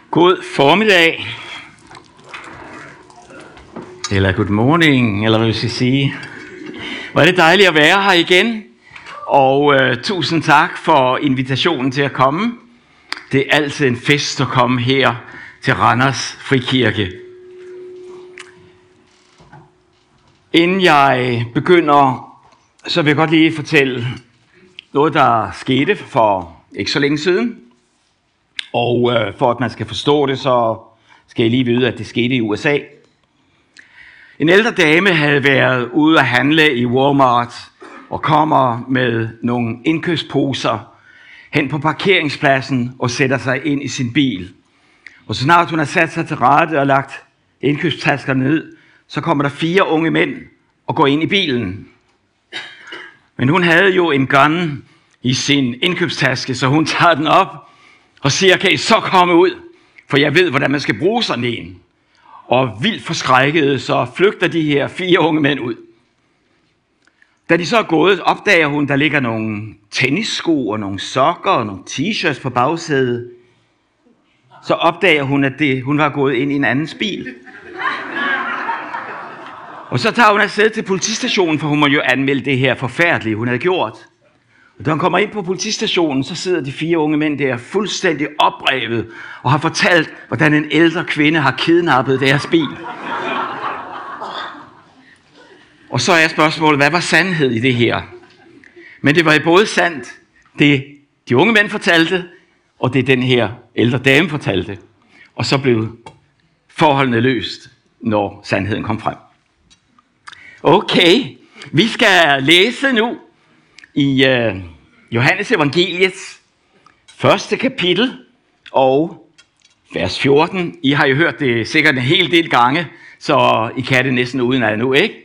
God formiddag, eller good morning, eller hvad vi skal sige. Hvor er det dejligt at være her igen, og tusind tak for invitationen til at komme. Det er altid en fest at komme her til Randers Frikirke. Inden jeg begynder, så vil jeg godt lige fortælle noget, der skete for ikke så længe siden. Og for at man skal forstå det, så skal jeg lige vide, at det skete i USA. En ældre dame havde været ude at handle i Walmart og kommer med nogle indkøbsposer hen på parkeringspladsen og sætter sig ind i sin bil. Og så snart hun har sat sig til rette og lagt indkøbstaskerne ned, så kommer der 4 unge mænd og går ind i bilen. Men hun havde jo en gun i sin indkøbstaske, så hun tager den op og siger, kan I så komme ud? For jeg ved, hvordan man skal bruge sådan en. Og vildt forskrækket, så flygter de her 4 unge mænd ud. Da de så er gået, opdager hun, der ligger nogle tennissko og nogle sokker og nogle t-shirts på bagsædet. Så opdager hun, at hun var gået ind i en andens bil. Og så tager hun afsted til politistationen, for hun må jo anmelde det her forfærdelige, hun havde gjort. Og da hun kommer ind på politistationen, så sidder de 4 unge mænd der fuldstændig oprevet og har fortalt, hvordan en ældre kvinde har kidnappet deres bil. Og så er spørgsmålet, hvad var sandhed i det her? Men det var både sandt, det de unge mænd fortalte, og det den her ældre dame fortalte. Og så blev forholdene løst, når sandheden kom frem. Okay, vi skal læse nu i Johannes Evangeliets første kapitel og vers 14. I har jo hørt det sikkert en hel del gange, så I kan det næsten uden at nu, ikke?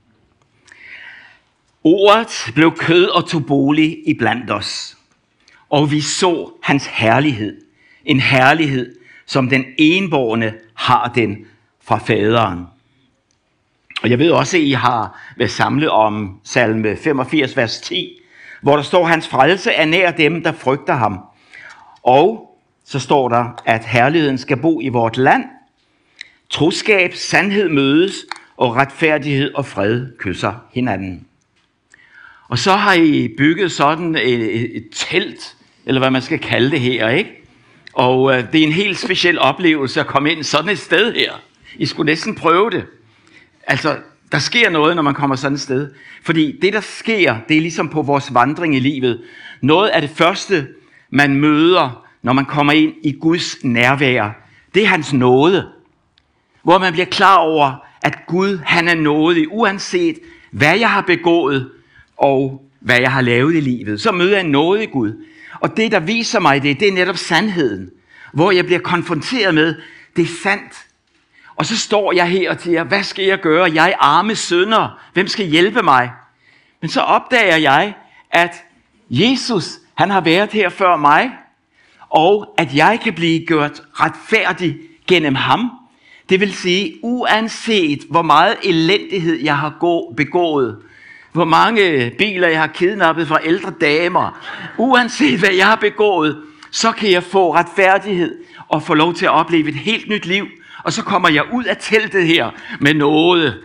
Ordet blev kød og tog bolig iblandt os, og vi så hans herlighed. En herlighed, som den enbårne har den fra faderen. Og jeg ved også, at I har været samlet om salme 85, vers 10, hvor der står, hans frelse er nær dem, der frygter ham. Og så står der, at herligheden skal bo i vort land. Troskab, sandhed mødes, og retfærdighed og fred kysser hinanden. Og så har I bygget sådan et telt, eller hvad man skal kalde det her, ikke? Og det er en helt speciel oplevelse at komme ind sådan et sted her. I skulle næsten prøve det. Altså, der sker noget, når man kommer sådan et sted. Fordi det, der sker, det er ligesom på vores vandring i livet. Noget af det første, man møder, når man kommer ind i Guds nærvær, det er hans nåde. Hvor man bliver klar over, at Gud, han er nådig, uanset hvad jeg har begået, og hvad jeg har lavet i livet. Så møder jeg en nådig Gud. Og det, der viser mig det er netop sandheden. Hvor jeg bliver konfronteret med, det er sandt. Og så står jeg her og siger, hvad skal jeg gøre? Jeg er arme synder. Hvem skal hjælpe mig? Men så opdager jeg, at Jesus, han har været her før mig, og at jeg kan blive gjort retfærdig gennem ham. Det vil sige, uanset hvor meget elendighed jeg har begået, hvor mange biler jeg har kidnappet fra ældre damer, uanset hvad jeg har begået, så kan jeg få retfærdighed og få lov til at opleve et helt nyt liv. Og så kommer jeg ud af teltet her med noget.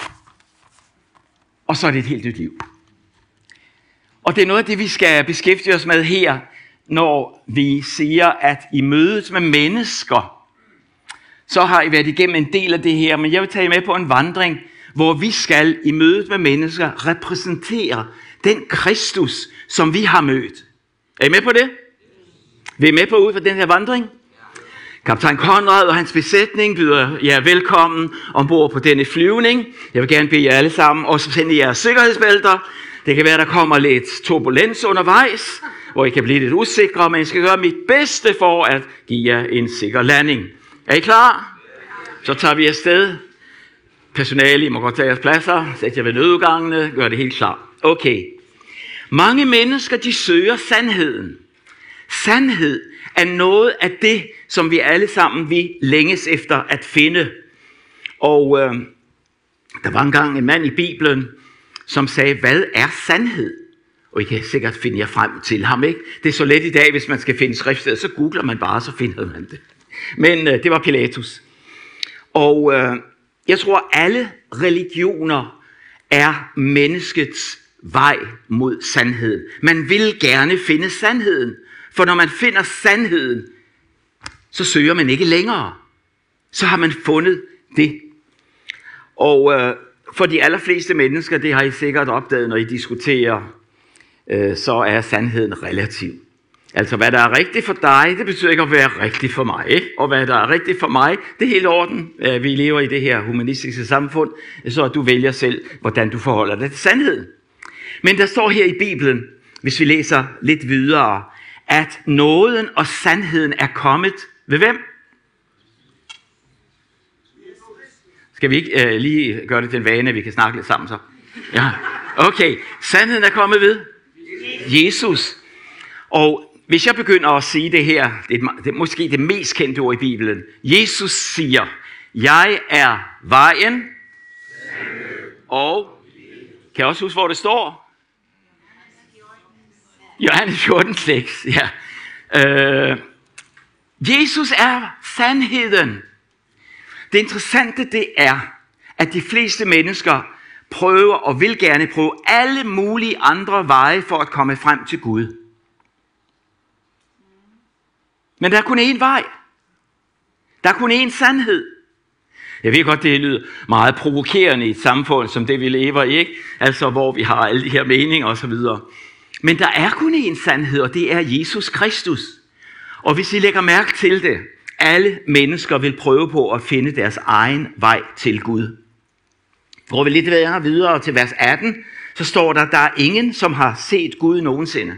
Og så er det et helt nyt liv. Og det er noget af det, vi skal beskæftige os med her, når vi siger, at i mødet med mennesker, så har I været igennem en del af det her, men jeg vil tage jer med på en vandring, hvor vi skal i mødet med mennesker repræsentere den Kristus, som vi har mødt. Er I med på det? Vi er med på ud for den her vandring? Kaptajn Konrad og hans besætning byder jer velkommen ombord på denne flyvning. Jeg vil gerne bede jer alle sammen også sende jeres sikkerhedsbælter. Det kan være, der kommer lidt turbulens undervejs, hvor I kan blive lidt usikre, men jeg skal gøre mit bedste for at give jer en sikker landing. Er I klar? Så tager vi afsted. Personale, I må godt tage jeres pladser, sæt jer ved nødudgangene, gør det helt klart. Okay. Mange mennesker, de søger sandheden. Sandhed er noget af det, som vi alle sammen vi længes efter at finde. Og der var engang en mand i Bibelen, som sagde, hvad er sandhed? Og I kan sikkert finde jer frem til ham, ikke? Det er så let i dag, hvis man skal finde skriftsteder, så googler man bare, så finder man det. Men det var Pilatus. Og jeg tror, alle religioner er menneskets vej mod sandheden. Man vil gerne finde sandheden, for når man finder sandheden, så søger man ikke længere. Så har man fundet det. Og for de allerfleste mennesker, det har I sikkert opdaget, når I diskuterer, så er sandheden relativ. Altså, hvad der er rigtigt for dig, det betyder ikke at være rigtigt for mig. Ikke? Og hvad der er rigtigt for mig, det er helt orden. Vi lever i det her humanistiske samfund, så du vælger selv, hvordan du forholder dig til sandheden. Men der står her i Bibelen, hvis vi læser lidt videre, at nåden og sandheden er kommet ved hvem? Skal vi ikke lige gøre det til en vane, at vi kan snakke lidt sammen så? Ja, okay. Sandheden er kommet ved Jesus. Og hvis jeg begynder at sige det her, det er måske det mest kendte ord i Bibelen. Jesus siger, jeg er vejen, og kan jeg også huske, hvor det står? Johannes 14:6, ja. Jesus er sandheden. Det interessante det er, at de fleste mennesker prøver og vil gerne prøve alle mulige andre veje for at komme frem til Gud. Men der er kun én vej. Der er kun én sandhed. Jeg ved godt, det lyder meget provokerende i et samfund som det, vi lever i, ikke? Altså, hvor vi har alle de her meninger og så videre. Men der er kun én sandhed, og det er Jesus Kristus. Og hvis I lægger mærke til det, alle mennesker vil prøve på at finde deres egen vej til Gud. Går vi lidt videre til vers 18, så står der er ingen, som har set Gud nogensinde.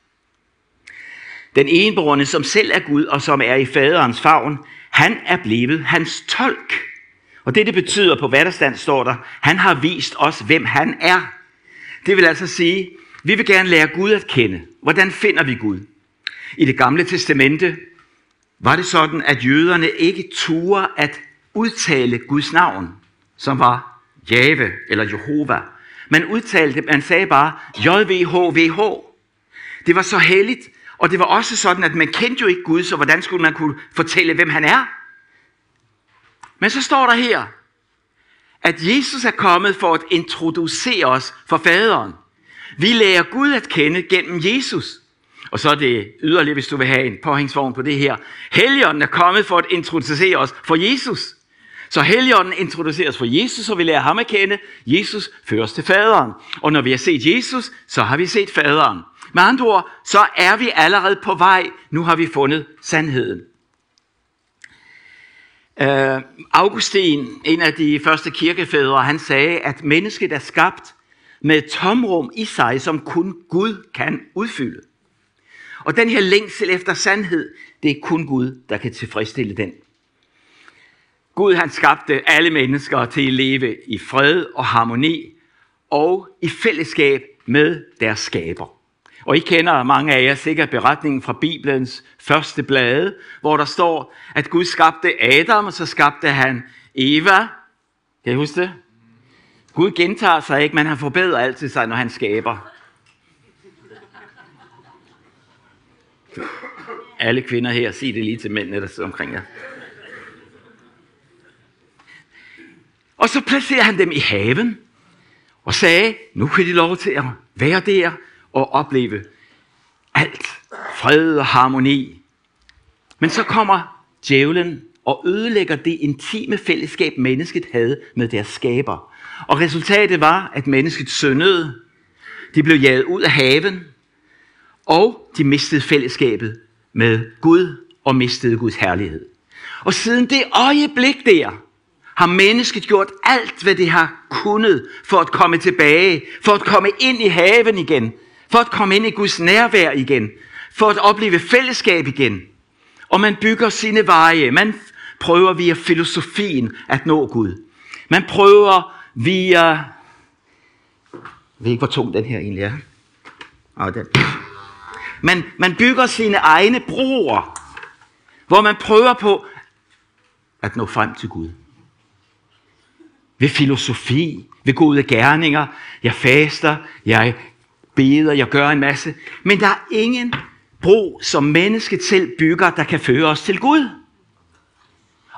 Den enbårne, som selv er Gud, og som er i faderens favn, han er blevet hans tolk. Og det betyder, på vatterstand står der, han har vist os, hvem han er. Det vil altså sige, vi vil gerne lære Gud at kende. Hvordan finder vi Gud? I det gamle testamente var det sådan, at jøderne ikke turde at udtale Guds navn, som var Jave eller Jehova. Man sagde bare JVHVH. Det var så helligt, og det var også sådan, at man kendte jo ikke Gud, så hvordan skulle man kunne fortælle, hvem han er? Men så står der her, at Jesus er kommet for at introducere os for faderen. Vi lærer Gud at kende gennem Jesus. Og så er det yderligere, hvis du vil have en påhængsvogn på det her. Helligånden er kommet for at introducere os for Jesus. Så Helligånden introducerer os for Jesus, og vi lærer ham at kende. Jesus fører os til faderen. Og når vi har set Jesus, så har vi set faderen. Med andre ord, så er vi allerede på vej. Nu har vi fundet sandheden. Augustin, en af de første kirkefædre, han sagde, at mennesket er skabt med et tomrum i sig, som kun Gud kan udfylde. Og den her længsel efter sandhed, det er kun Gud, der kan tilfredsstille den. Gud, han skabte alle mennesker til at leve i fred og harmoni og i fællesskab med deres skaber. Og I kender mange af jer sikkert beretningen fra Bibelens første blade, hvor der står, at Gud skabte Adam, og så skabte han Eva. Kan I huske det? Gud gentager sig ikke, men han forbedrer altid sig, når han skaber. Alle kvinder her, sig det lige til mændene, der sidder omkring jer. Og så placerer han dem i haven, og sagde, nu kan de lov til at være der, og opleve alt, fred og harmoni. Men så kommer djævlen og ødelægger det intime fællesskab, mennesket havde med deres skaber. Og resultatet var, at mennesket syndede, de blev jaget ud af haven, og de mistede fællesskabet med Gud og mistede Guds herlighed. Og siden det øjeblik der, har mennesket gjort alt, hvad det har kunnet for at komme tilbage, for at komme ind i haven igen, for at komme ind i Guds nærvær igen, for at opleve fællesskab igen. Og man bygger sine veje, man prøver via filosofien at nå Gud. Man prøver via... Jeg ved ikke, hvor tung den her egentlig er. Den. Man bygger sine egne broer, hvor man prøver på at nå frem til Gud. Ved filosofi, ved gode gerninger. Jeg faster, jeg beder, jeg gør en masse. Men der er ingen bro, som mennesket selv bygger, der kan føre os til Gud.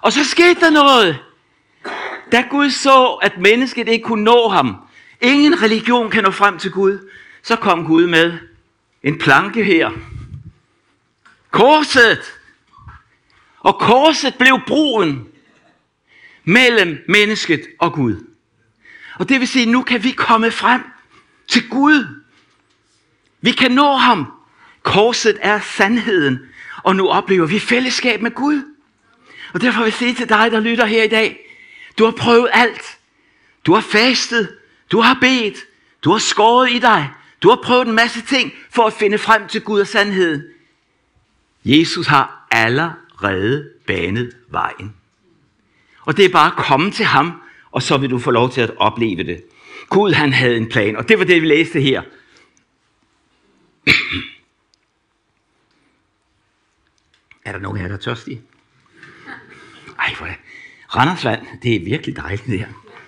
Og så skete der noget. Da Gud så, at mennesket ikke kunne nå ham, ingen religion kan nå frem til Gud, så kom Gud med en planke her. Korset. Og korset blev broen mellem mennesket og Gud. Og det vil sige, nu kan vi komme frem til Gud. Vi kan nå ham. Korset er sandheden, og nu oplever vi fællesskab med Gud. Og derfor vil jeg sige til dig, der lytter her i dag, du har prøvet alt. Du har fastet, du har bedt, du har skåret i dig, du har prøvet en masse ting for at finde frem til Gud og sandheden. Jesus har allerede banet vejen. Og det er bare at komme til ham, og så vil du få lov til at opleve det. Gud, han havde en plan, og det var det, vi læste her. Er der nogen her, der er tørstige? Ej, hvor er Randers vand, det er virkelig dejligt det her.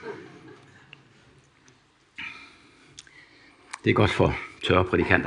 Det er godt for tørre prædikanter.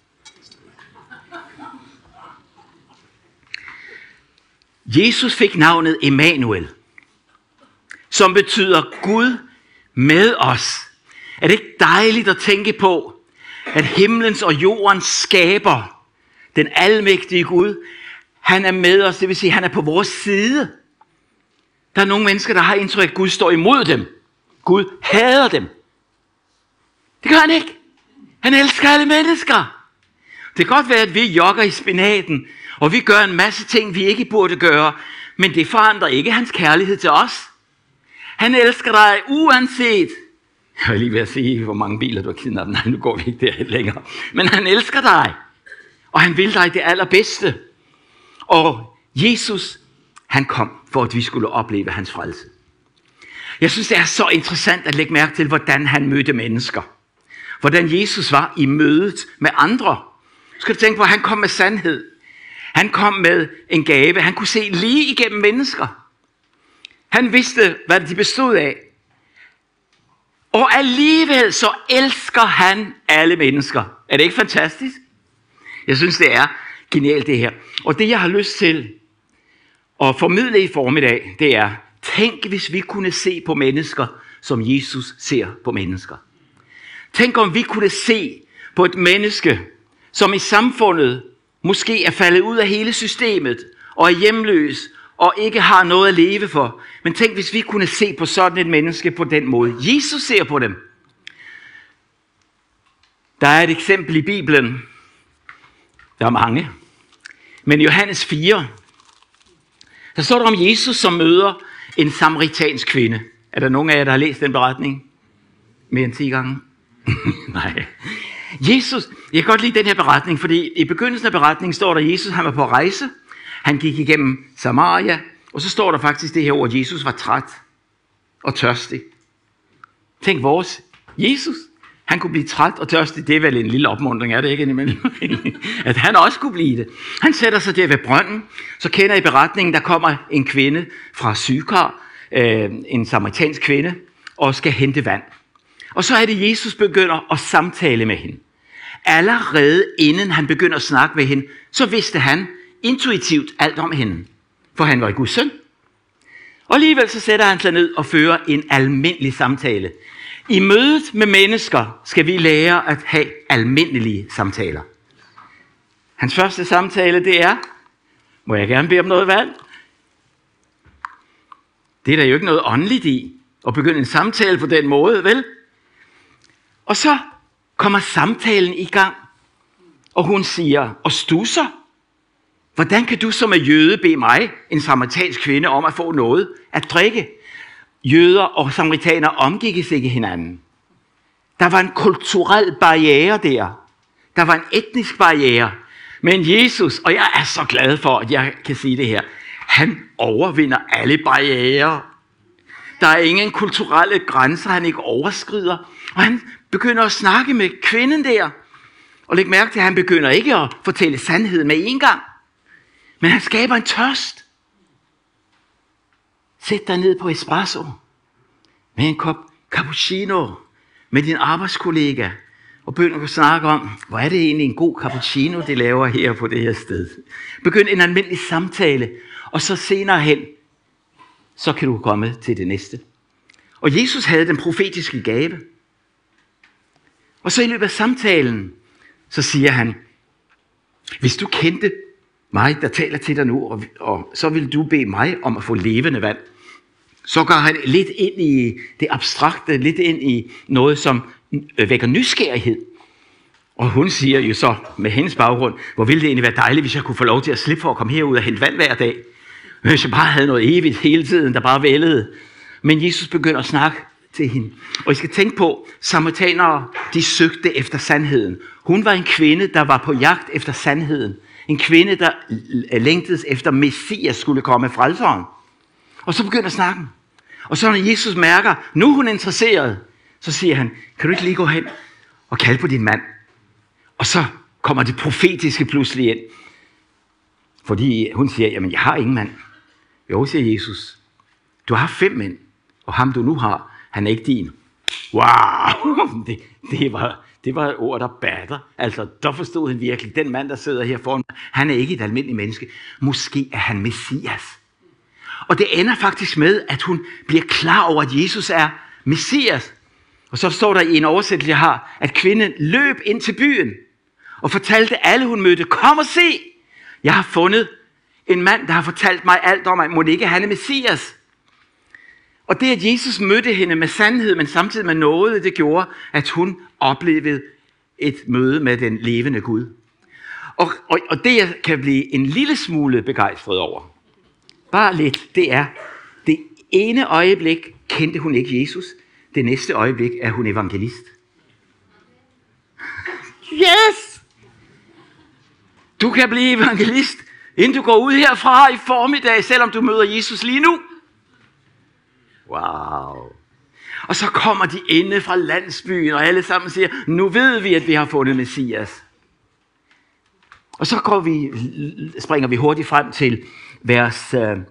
Jesus fik navnet Emmanuel, som betyder Gud med os. Er det ikke dejligt at tænke på, at himlens og jordens skaber, den almægtige Gud, han er med os, det vil sige, han er på vores side. Der er nogle mennesker, der har indtryk, at Gud står imod dem. Gud hader dem. Det gør han ikke. Han elsker alle mennesker. Det kan godt være, at vi jogger i spinaten, og vi gør en masse ting, vi ikke burde gøre, men det forandrer ikke hans kærlighed til os. Han elsker dig uanset. Jeg er lige ved at sige, hvor mange biler du har kidnappet. Nej, nu går vi ikke der længere. Men han elsker dig, og han vil dig det allerbedste. Og Jesus, han kom for, at vi skulle opleve hans frelse. Jeg synes, det er så interessant at lægge mærke til, hvordan han mødte mennesker. Hvordan Jesus var i mødet med andre. Du skal tænke på, at han kom med sandhed. Han kom med en gave. Han kunne se lige igennem mennesker. Han vidste, hvad de bestod af. Og alligevel så elsker han alle mennesker. Er det ikke fantastisk? Jeg synes, det er genialt det her. Og det, jeg har lyst til at formidle i formiddag, det er, tænk hvis vi kunne se på mennesker, som Jesus ser på mennesker. Tænk om vi kunne se på et menneske, som i samfundet måske er faldet ud af hele systemet, og er hjemløs, og ikke har noget at leve for. Men tænk hvis vi kunne se på sådan et menneske på den måde. Jesus ser på dem. Der er et eksempel i Bibelen. Der er mange. Men i Johannes 4, der står der om Jesus, som møder en samaritansk kvinde. Er der nogen af jer, der har læst den beretning? Mere end 10 gange? Nej. Jesus, jeg kan godt lide den her beretning, fordi i begyndelsen af beretningen står der, at Jesus han var på rejse. Han gik igennem Samaria, og så står der faktisk det her ord, at Jesus var træt og tørstig. Tænk vores Jesus, han kunne blive træt og tørstig. Det er vel en lille opmuntring, er det ikke indimellem? At han også kunne blive det. Han sætter sig der ved brønden, så kender I beretningen, der kommer en kvinde fra Sykar, en samaritansk kvinde, og skal hente vand. Og så er det, Jesus begynder at samtale med hende. Allerede inden han begynder at snakke med hende, så vidste han intuitivt alt om hende. For han var Guds søn. Og alligevel så sætter han sig ned og fører en almindelig samtale. I mødet med mennesker skal vi lære at have almindelige samtaler. Hans første samtale, det er, må jeg gerne bede om noget vand? Det er der jo ikke noget åndeligt i, at begynde en samtale på den måde, vel? Og så kommer samtalen i gang, og hun siger, og stusser, hvordan kan du som er jøde bede mig, en samaritansk kvinde, om at få noget at drikke? Jøder og samaritaner omgikkes ikke hinanden. Der var en kulturel barriere der. Der var en etnisk barriere. Men Jesus, og jeg er så glad for, at jeg kan sige det her, han overvinder alle barrierer. Der er ingen kulturelle grænser, han ikke overskrider. Og han begynder at snakke med kvinden der. Og læg mærke til, at han begynder ikke at fortælle sandheden med en gang. Men han skaber en tørst. Sæt dig ned på espresso med en kop cappuccino med din arbejdskollega. Og begynd at snakke om, hvor er det egentlig en god cappuccino, de laver her på det her sted. Begynd en almindelig samtale. Og så senere hen, så kan du komme til det næste. Og Jesus havde den profetiske gave. Og så i løbet af samtalen, så siger han, hvis du kendte mig, der taler til dig nu, og så vil du bede mig om at få levende vand. Så går han lidt ind i det abstrakte, lidt ind i noget, som vækker nysgerrighed. Og hun siger jo så med hendes baggrund, hvor ville det egentlig være dejligt, hvis jeg kunne få lov til at slippe for at komme herud og hente vand hver dag. Hvis jeg bare havde noget evigt hele tiden, der bare vældede. Men Jesus begynder at snakke til hende. Og I skal tænke på, samaritanere, de søgte efter sandheden. Hun var en kvinde, der var på jagt efter sandheden. En kvinde, der længtes efter Messias skulle komme, frelseren. Og så begynder snakken. Og så når Jesus mærker, nu er hun interesseret, så siger han, kan du ikke lige gå hen og kalde på din mand? Og så kommer det profetiske pludselig ind. Fordi hun siger, jamen jeg har ingen mand. Jo, siger Jesus, du har 5 mænd, og ham du nu har, han er ikke din. Wow, det var et ord, der batter. Altså, der forstod han virkelig, den mand, der sidder her foran mig, han er ikke et almindeligt menneske. Måske er han Messias. Og det ender faktisk med, at hun bliver klar over, at Jesus er Messias. Og så står der i en oversættelse, jeg har, at kvinden løb ind til byen og fortalte alle, hun mødte, kom og se, jeg har fundet en mand, der har fortalt mig alt om, at må det ikke han er Messias. Og det, at Jesus mødte hende med sandhed, men samtidig med noget, det gjorde, at hun oplevede et møde med den levende Gud. Og det, jeg kan blive en lille smule begejstret over, bare lidt, det er, det ene øjeblik kendte hun ikke Jesus, det næste øjeblik er hun evangelist. Yes! Du kan blive evangelist, inden du går ud herfra i formiddag, selvom du møder Jesus lige nu. Wow. Og så kommer de inde fra landsbyen, og alle sammen siger, nu ved vi, at vi har fundet Messias. Og så springer vi hurtigt frem til vers,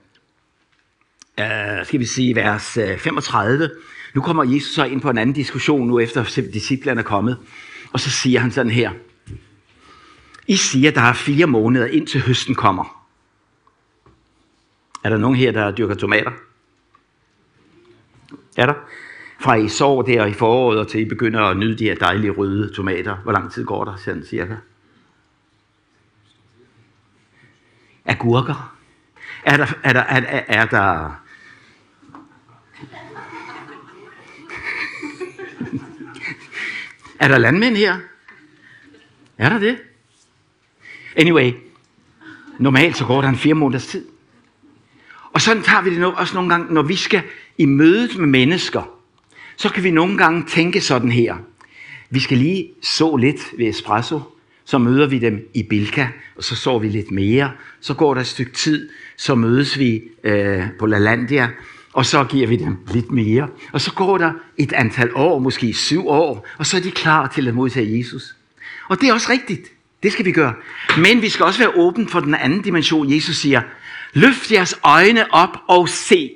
vers 35. Nu kommer Jesus så ind på en anden diskussion, nu efter disciplerne er kommet. Og så siger han sådan her. I siger, der er 4 måneder indtil høsten kommer. Er der nogen her, der dyrker tomater? Er der? Fra I sover der i foråret og til I begynder at nyde de her dejlige røde tomater. Hvor lang tid går der sådan cirka? Agurker? Er der er der landmænd her? Er der det? Anyway, normalt så går der en 4 måneders tid. Og sådan tager vi det også nogle gange, når vi skal i mødet med mennesker, så kan vi nogle gange tænke sådan her. Vi skal lige så lidt ved espresso, så møder vi dem i Bilka, og så sover vi lidt mere. Så går der et stykke tid, så mødes vi på LaLandia, og så giver vi dem lidt mere. Og så går der et antal år, måske 7 år, og så er de klar til at modtage Jesus. Og det er også rigtigt. Det skal vi gøre. Men vi skal også være åbne for den anden dimension. Jesus siger, løft jeres øjne op og se.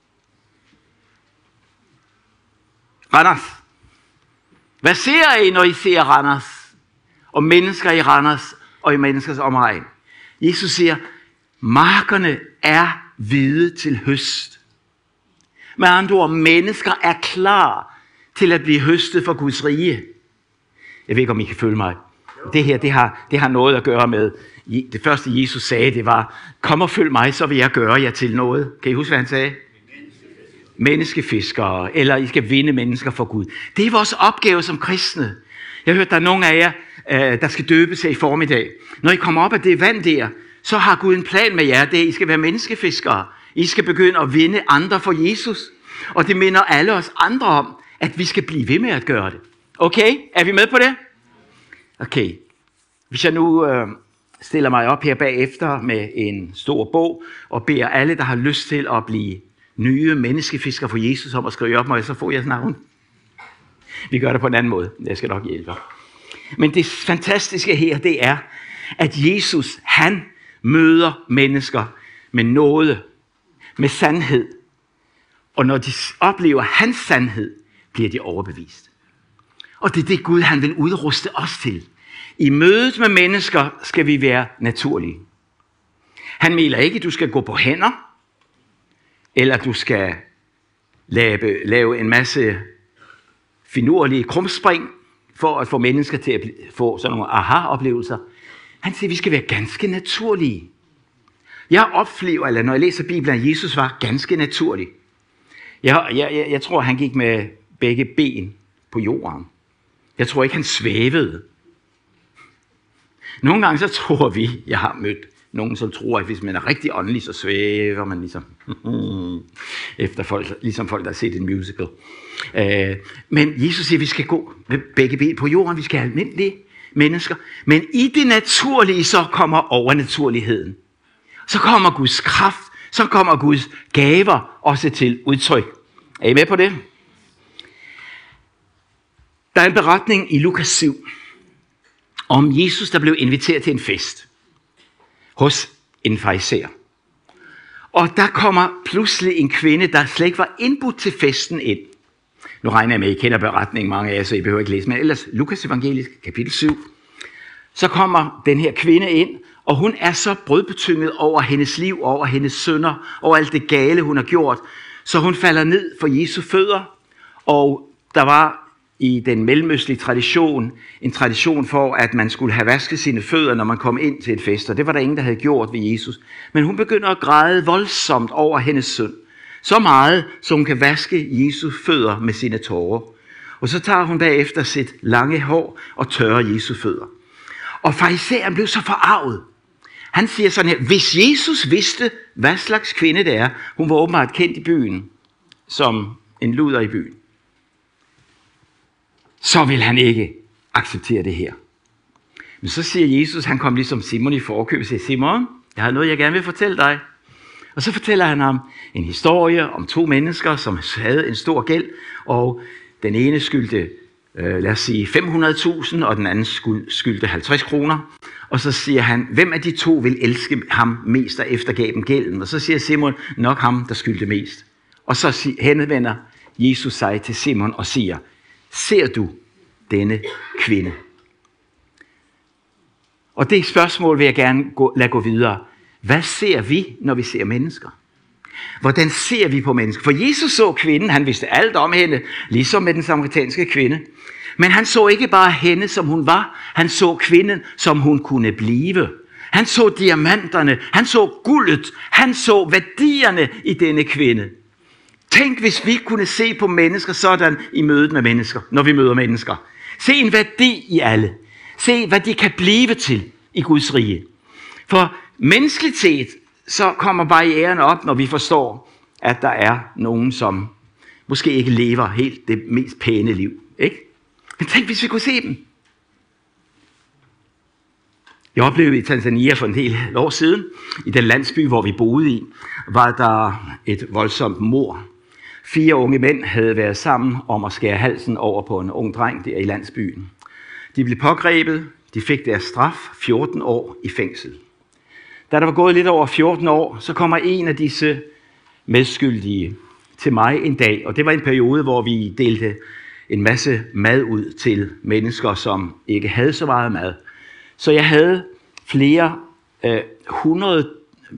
Randers. Hvad ser I, når I ser Randers? Og mennesker i Randers og i menneskers omegn. Jesus siger, markerne er hvide til høst. Med andre ord, mennesker er klar til at blive høstet for Guds rige. Jeg ved ikke, om I kan følge mig. Det her, det har noget at gøre med, det første Jesus sagde, det var, kom og følg mig, så vil jeg gøre jer til noget. Kan I huske, hvad han sagde? Menneskefiskere, eller I skal vinde mennesker for Gud. Det er vores opgave som kristne. Jeg har hørt, der er nogle af jer, der skal døbe sig i formiddag. Når I kommer op af det vand der, så har Gud en plan med jer, det er, I skal være menneskefiskere. I skal begynde at vinde andre for Jesus. Og det minder alle os andre om, at vi skal blive ved med at gøre det. Okay, er vi med på det? Okay, hvis jeg nu stiller mig op her bagefter med en stor bog, og beder alle, der har lyst til at blive nye menneskefiskere for Jesus, om at skrive op mig, så får jeg navn. Vi gør det på en anden måde. Jeg skal nok hjælpe. Men det fantastiske her, det er, at Jesus, han møder mennesker med nåde, med sandhed. Og når de oplever hans sandhed, bliver de overbevist. Og det er det Gud, han vil udruste os til. I mødet med mennesker skal vi være naturlige. Han mener ikke, at du skal gå på hænder, eller du skal lave en masse finurlige krumspring, for at få mennesker til at få sådan nogle aha-oplevelser. Han siger, at vi skal være ganske naturlige. Jeg oplever, eller når jeg læser Bibelen, at Jesus var ganske naturlig. Jeg tror, han gik med begge ben på jorden. Jeg tror ikke, han svævede. Nogle gange så tror vi, jeg har mødt nogen, som tror, at hvis man er rigtig åndelig, så svæver man ligesom efter folk, ligesom folk, der har set en musical. Men Jesus siger, at vi skal gå med begge ben på jorden. Vi skal have almindelige mennesker. Men i det naturlige, så kommer overnaturligheden. Så kommer Guds kraft. Så kommer Guds gaver også til udtryk. Er I med på det? Der er en beretning i Lukas 7 om Jesus, der blev inviteret til en fest hos en farisæer. Og der kommer pludselig en kvinde, der slet ikke var indbudt til festen ind. Nu regner jeg med, at I kender beretningen, mange af jer, så I behøver ikke læse. Men ellers, Lukas evangelisk, kapitel 7. Så kommer den her kvinde ind, og hun er så brødbetynget over hendes liv, over hendes synder, over alt det gale, hun har gjort. Så hun falder ned for Jesu fødder, og der var i den mellemøstlige tradition en tradition for, at man skulle have vasket sine fødder, når man kom ind til et fest, og det var der ingen, der havde gjort ved Jesus. Men hun begynder at græde voldsomt over hendes synd. Så meget, så hun kan vaske Jesu fødder med sine tårer. Og så tager hun bagefter sit lange hår og tørrer Jesu fødder. Og farisæeren blev så forarvet. Han siger sådan her, hvis Jesus vidste, hvad slags kvinde det er, hun var åbenbart kendt i byen, som en luder i byen, så vil han ikke acceptere det her. Men så siger Jesus, han kom ligesom Simon i forkøbet og siger, Simon, jeg har noget, jeg gerne vil fortælle dig. Og så fortæller han ham en historie om 2 mennesker, som havde en stor gæld, og den ene skyldte, lad os sige, 500.000, og den anden skyldte 50 kroner. Og så siger han, hvem af de 2 vil elske ham mest og eftergav dem gælden? Og så siger Simon, nok ham, der skyldte mest. Og så henvender Jesus sig til Simon og siger, ser du denne kvinde? Og det spørgsmål vil jeg gerne lade gå videre. Hvad ser vi, når vi ser mennesker? Hvordan ser vi på mennesker? For Jesus så kvinden, han vidste alt om hende, ligesom med den samaritanske kvinde. Men han så ikke bare hende, som hun var. Han så kvinden, som hun kunne blive. Han så diamanterne, han så guldet, han så værdierne i denne kvinde. Tænk, hvis vi kunne se på mennesker sådan i mødet med mennesker, når vi møder mennesker. Se en værdi i alle. Se, hvad de kan blive til i Guds rige. For menneskeligt set, så kommer barrieren op, når vi forstår, at der er nogen, som måske ikke lever helt det mest pæne liv. Ikke? Men tænk, hvis vi kunne se dem. Jeg oplevede i Tanzania for en del år siden, i den landsby, hvor vi boede i, var der et voldsomt mord. 4 unge mænd havde været sammen om at skære halsen over på en ung dreng der i landsbyen. De blev pågrebet, de fik deres straf, 14 år i fængsel. Da der var gået lidt over 14 år, så kommer en af disse medskyldige til mig en dag, og det var en periode, hvor vi delte en masse mad ud til mennesker, som ikke havde så meget mad. Så jeg havde flere 100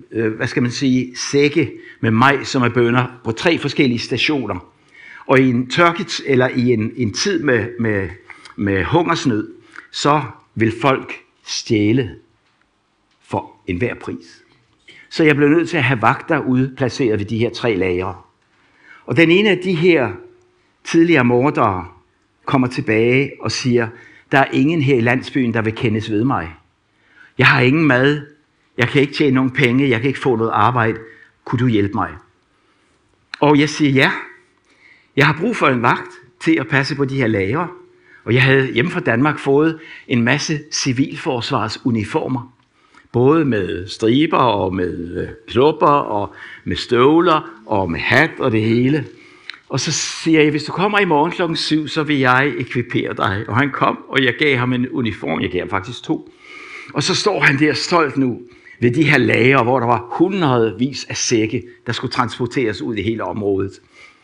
sække med majs, som er bønner, på 3 forskellige stationer. Og i en tørket, eller i en tid med hungersnød, så vil folk stjæle for enhver pris. Så jeg blev nødt til at have vagter udplaceret ved de her 3 lagre. Og den ene af de her tidligere mordere kommer tilbage og siger, der er ingen her i landsbyen, der vil kendes ved mig. Jeg har ingen mad, jeg kan ikke tjene nogen penge, jeg kan ikke få noget arbejde. Kunne du hjælpe mig? Og jeg siger ja. Jeg har brug for en vagt til at passe på de her lagre. Og jeg havde hjemme fra Danmark fået en masse civilforsvarsuniformer. Både med striber og med klubber og med støvler og med hat og det hele. Og så siger jeg, hvis du kommer i morgen klokken 7, så vil jeg ekvipere dig. Og han kom, og jeg gav ham en uniform. Jeg gav ham faktisk 2. Og så står han der stolt nu ved de her lagre, hvor der var hundredvis af sække, der skulle transporteres ud i hele området.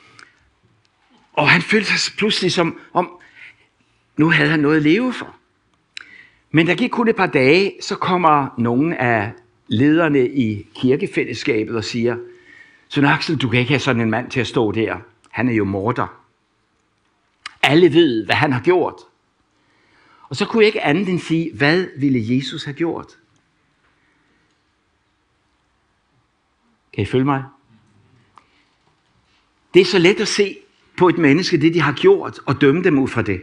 Og han følte sig pludselig som om, nu havde han noget at leve for. Men der gik kun et par dage, så kommer nogle af lederne i kirkefællesskabet og siger, Søn Axel, du kan ikke have sådan en mand til at stå der. Han er jo morder. Alle ved, hvad han har gjort. Og så kunne jeg ikke andet end sige, hvad ville Jesus have gjort? Kan I følge mig? Det er så let at se på et menneske, det de har gjort, og dømme dem ud fra det.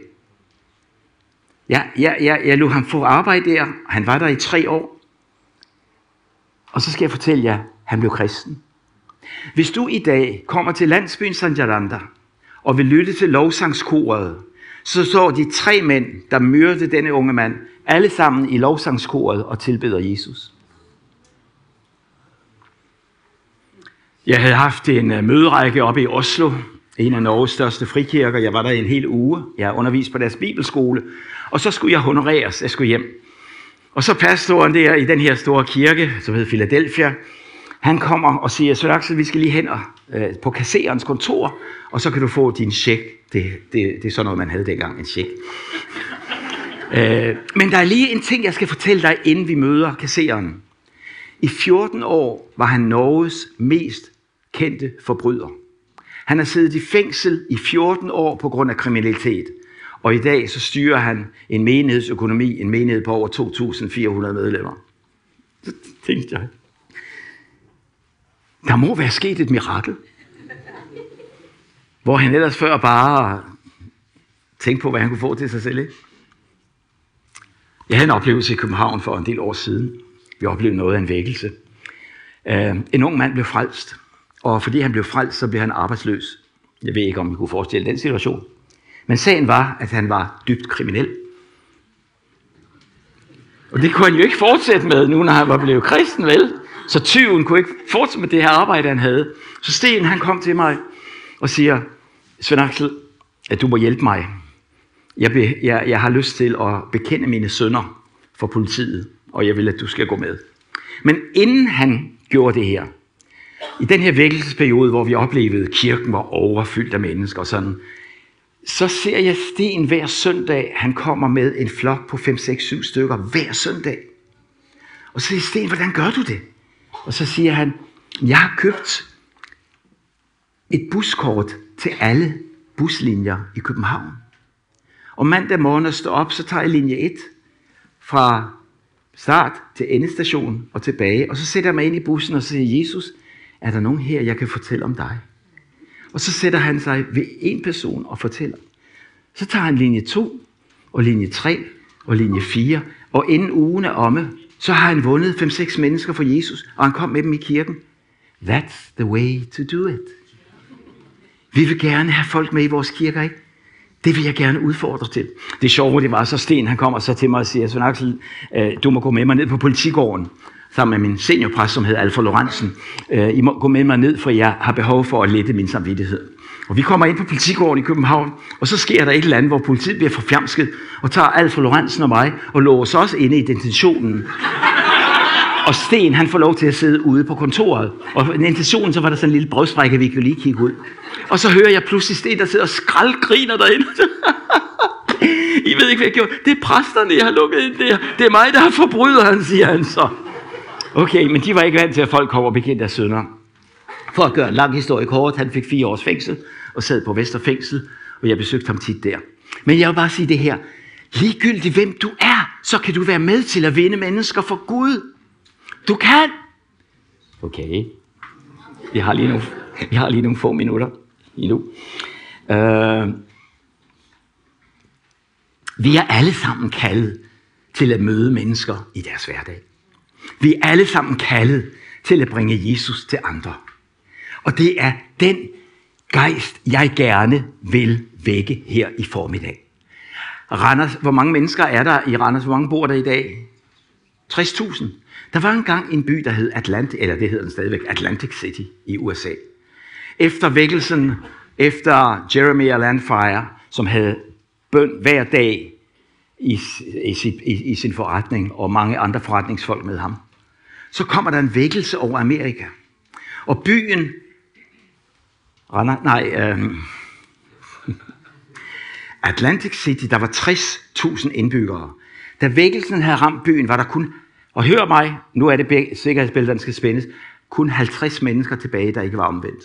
Jeg lod ham få arbejde der. Han var der i 3 år. Og så skal jeg fortælle jer, han blev kristen. Hvis du i dag kommer til landsbyen San Jaranda og vil lytte til lovsangskoret, så står de 3 mænd, der myrdede denne unge mand, alle sammen i lovsangskoret og tilbeder Jesus. Jeg havde haft en møderække oppe i Oslo, en af Norges største frikirker. Jeg var der i en hel uge. Jeg underviste på deres bibelskole. Og så skulle jeg honoreres. Jeg skulle hjem. Og så pastoren der i den her store kirke, som hedder Philadelphia, han kommer og siger, Søn Axel, vi skal lige hen på kasserens kontor, og så kan du få din check. Det er sådan noget, man havde dengang, en check. Men der er lige en ting, jeg skal fortælle dig, inden vi møder kasseren. I 14 år var han Norges mest kendte forbryder. Han har siddet i fængsel i 14 år på grund af kriminalitet. Og i dag så styrer han en menighedsøkonomi, en menighed på over 2.400 medlemmer. Så tænkte jeg, der må være sket et mirakel. Hvor han ellers før bare tænkte på, hvad han kunne få til sig selv. Ikke? Jeg havde en oplevelse i København for en del år siden. Vi oplevede noget af en vækkelse. En ung mand blev frelst. Og fordi han blev frelst, så blev han arbejdsløs. Jeg ved ikke, om I kunne forestille den situation. Men sagen var, at han var dybt kriminel. Og det kunne han jo ikke fortsætte med, nu når han var blevet kristen, vel? Så tyven kunne ikke fortsætte med det her arbejde, han havde. Så Sten, han kom til mig og siger, Svend Axel, at du må hjælpe mig. Jeg har lyst til at bekende mine synder for politiet, og jeg vil, at du skal gå med. Men inden han gjorde det her, i den her vækkelsesperiode, hvor vi oplevede, at kirken var overfyldt af mennesker og sådan, så ser jeg Sten hver søndag. Han kommer med en flok på 5, 6, 7 stykker hver søndag. Og så siger Sten, hvordan gør du det? Og så siger han, jeg har købt et buskort til alle buslinjer i København. Og mandag morgen, når jeg står op, så tager jeg linje 1 fra start til endestation og tilbage. Og så sætter jeg mig ind i bussen og siger, Jesus, er der nogen her, jeg kan fortælle om dig? Og så sætter han sig ved en person og fortæller. Så tager han linje 2 og linje 3 og linje 4. Og inden ugen er omme, så har han vundet 5-6 mennesker for Jesus. Og han kom med dem i kirken. That's the way to do it. Vi vil gerne have folk med i vores kirker, ikke? Det vil jeg gerne udfordre til. Det sjove, det var så Sten, han kommer så til mig og siger, Svend Axel, du må gå med mig ned på politigården, sammen med min seniorpræst, som hedder Alfa Lorentzen. I må gå med mig ned, for jeg har behov for at lette min samvittighed. Og vi kommer ind på politigården i København, og så sker der et eller andet, hvor politiet bliver forfjamsket, og tager Alfa Lorentzen og mig, og låser os inde i detentionen. Og Sten, han får lov til at sidde ude på kontoret. Og i intentionen, så var der sådan en lille brødsprække, vi kunne lige kigge ud. Og så hører jeg pludselig Sten, der sidder og skraldgriner derinde. I ved ikke, hvad jeg gjorde. Det er præsterne, jeg har lukket ind der. Det er mig, der har forbryder, han siger han så. Okay, men de var ikke vant til, at folk kommer og bekendte deres synder. For at gøre en lang historie kort, han fik 4 års fængsel og sad på Vesterfængsel, og jeg besøgte ham tit der. Men jeg vil bare sige det her. Ligegyldigt hvem du er, så kan du være med til at vinde mennesker for Gud. Du kan. Okay. Jeg har lige nogle få minutter endnu. Vi er alle sammen kaldet til at møde mennesker i deres hverdag. Vi er alle sammen kaldet til at bringe Jesus til andre. Og det er den gejst, jeg gerne vil vække her i formiddag. Randers, hvor mange mennesker er der i Randers? Hvor mange bor der i dag? 60.000. Der var engang en by, der hed det hedder den stadigvæk, Atlantic City i USA. Efter vækkelsen, efter Jeremiah Landfire, som havde bøn hver dag i sin forretning, og mange andre forretningsfolk med ham, så kommer der en vækkelse over Amerika. Og byen, Atlantic City, der var 60.000 indbyggere. Da vækkelsen havde ramt byen, var der kun, og hør mig, nu er det sikkerhedsbælterne skal spændes, kun 50 mennesker tilbage, der ikke var omvendt.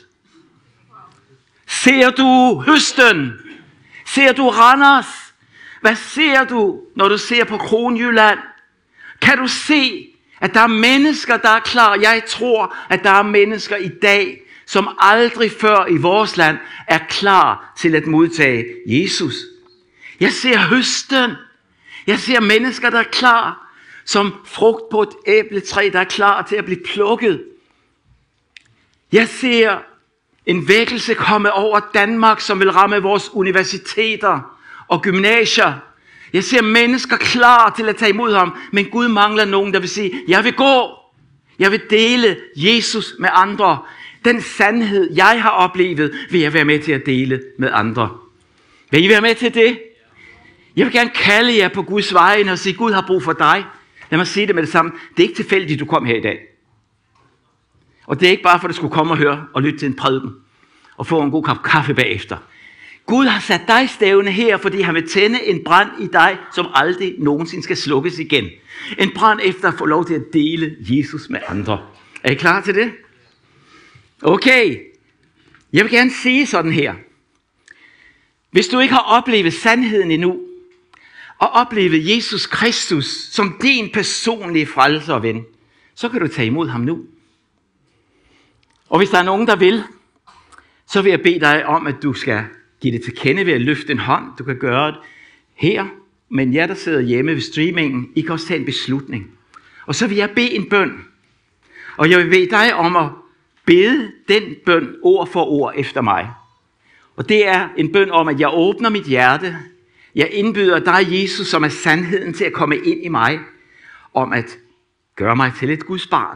Ser du høsten? Ser du Randers? Hvad ser du, når du ser på Kronjylland? Kan du se, at der er mennesker, der er klar? Jeg tror, at der er mennesker i dag, som aldrig før i vores land er klar til at modtage Jesus. Jeg ser høsten. Jeg ser mennesker, der er klar, som frugt på et æbletræ, der er klar til at blive plukket. Jeg ser en vækkelse komme over Danmark, som vil ramme vores universiteter og gymnasier. Jeg ser mennesker klar til at tage imod ham, men Gud mangler nogen, der vil sige, jeg vil gå. Jeg vil dele Jesus med andre. Den sandhed, jeg har oplevet, vil jeg være med til at dele med andre. Vil I være med til det? Jeg vil gerne kalde jer på Guds vegne og sige, Gud har brug for dig. Lad mig sige det med det samme. Det er ikke tilfældigt, du kom her i dag. Og det er ikke bare for, at du skulle komme og høre og lytte til en prædiken og få en god kop kaffe bagefter. Gud har sat dig stævne her, fordi han vil tænde en brand i dig, som aldrig nogensinde skal slukkes igen. En brand efter at få lov til at dele Jesus med andre. Er I klar til det? Okay. Jeg vil gerne sige sådan her. Hvis du ikke har oplevet sandheden endnu, og oplevet Jesus Kristus som din personlige frelser og ven, så kan du tage imod ham nu. Og hvis der er nogen, der vil, så vil jeg bede dig om, at du skal give det til kende ved at løfte en hånd. Du kan gøre det her, men jer, der sidder hjemme ved streamingen, I kan også tage en beslutning. Og så vil jeg bede en bøn. Og jeg vil bede dig om at bede den bøn ord for ord efter mig. Og det er en bøn om, at jeg åbner mit hjerte. Jeg indbyder dig, Jesus, som er sandheden, til at komme ind i mig, om at gøre mig til et Guds barn.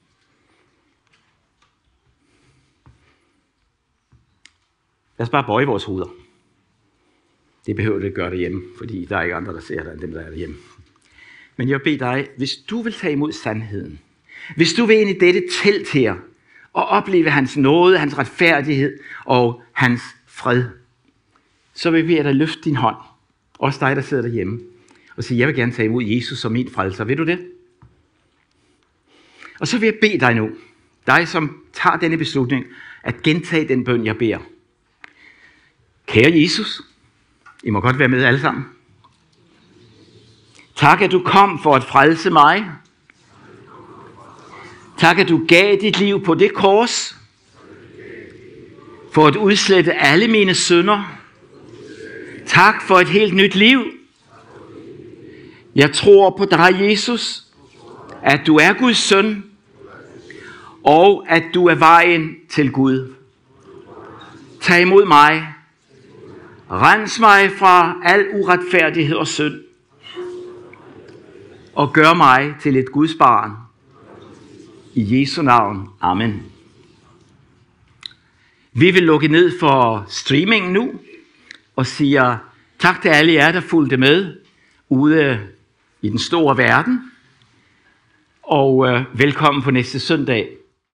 Lad os bare bøje vores hoveder. Det behøver du ikke gøre derhjemme, fordi der er ikke andre, der ser dig, end dem, der er derhjemme. Men jeg vil bede dig, hvis du vil tage imod sandheden, hvis du vil ind i dette telt her, og opleve hans nåde, hans retfærdighed og hans fred, så vil vi bede dig løfte din hånd, også dig, der sidder derhjemme, og sige, jeg vil gerne tage imod Jesus som min frelser. Vil du det? Og så vil jeg bede dig nu, dig som tager denne beslutning, at gentage den bøn, jeg beder. Kære Jesus, I må godt være med alle sammen. Tak, at du kom for at frelse mig. Tak, at du gav dit liv på det kors, for at udslette alle mine synder. Tak for et helt nyt liv. Jeg tror på dig, Jesus, at du er Guds søn, og at du er vejen til Gud. Tag imod mig. Rens mig fra al uretfærdighed og synd, og gør mig til et Guds barn. I Jesu navn. Amen. Vi vil lukke ned for streamingen nu, og siger tak til alle jer, der fulgte med ude i den store verden, og velkommen på næste søndag.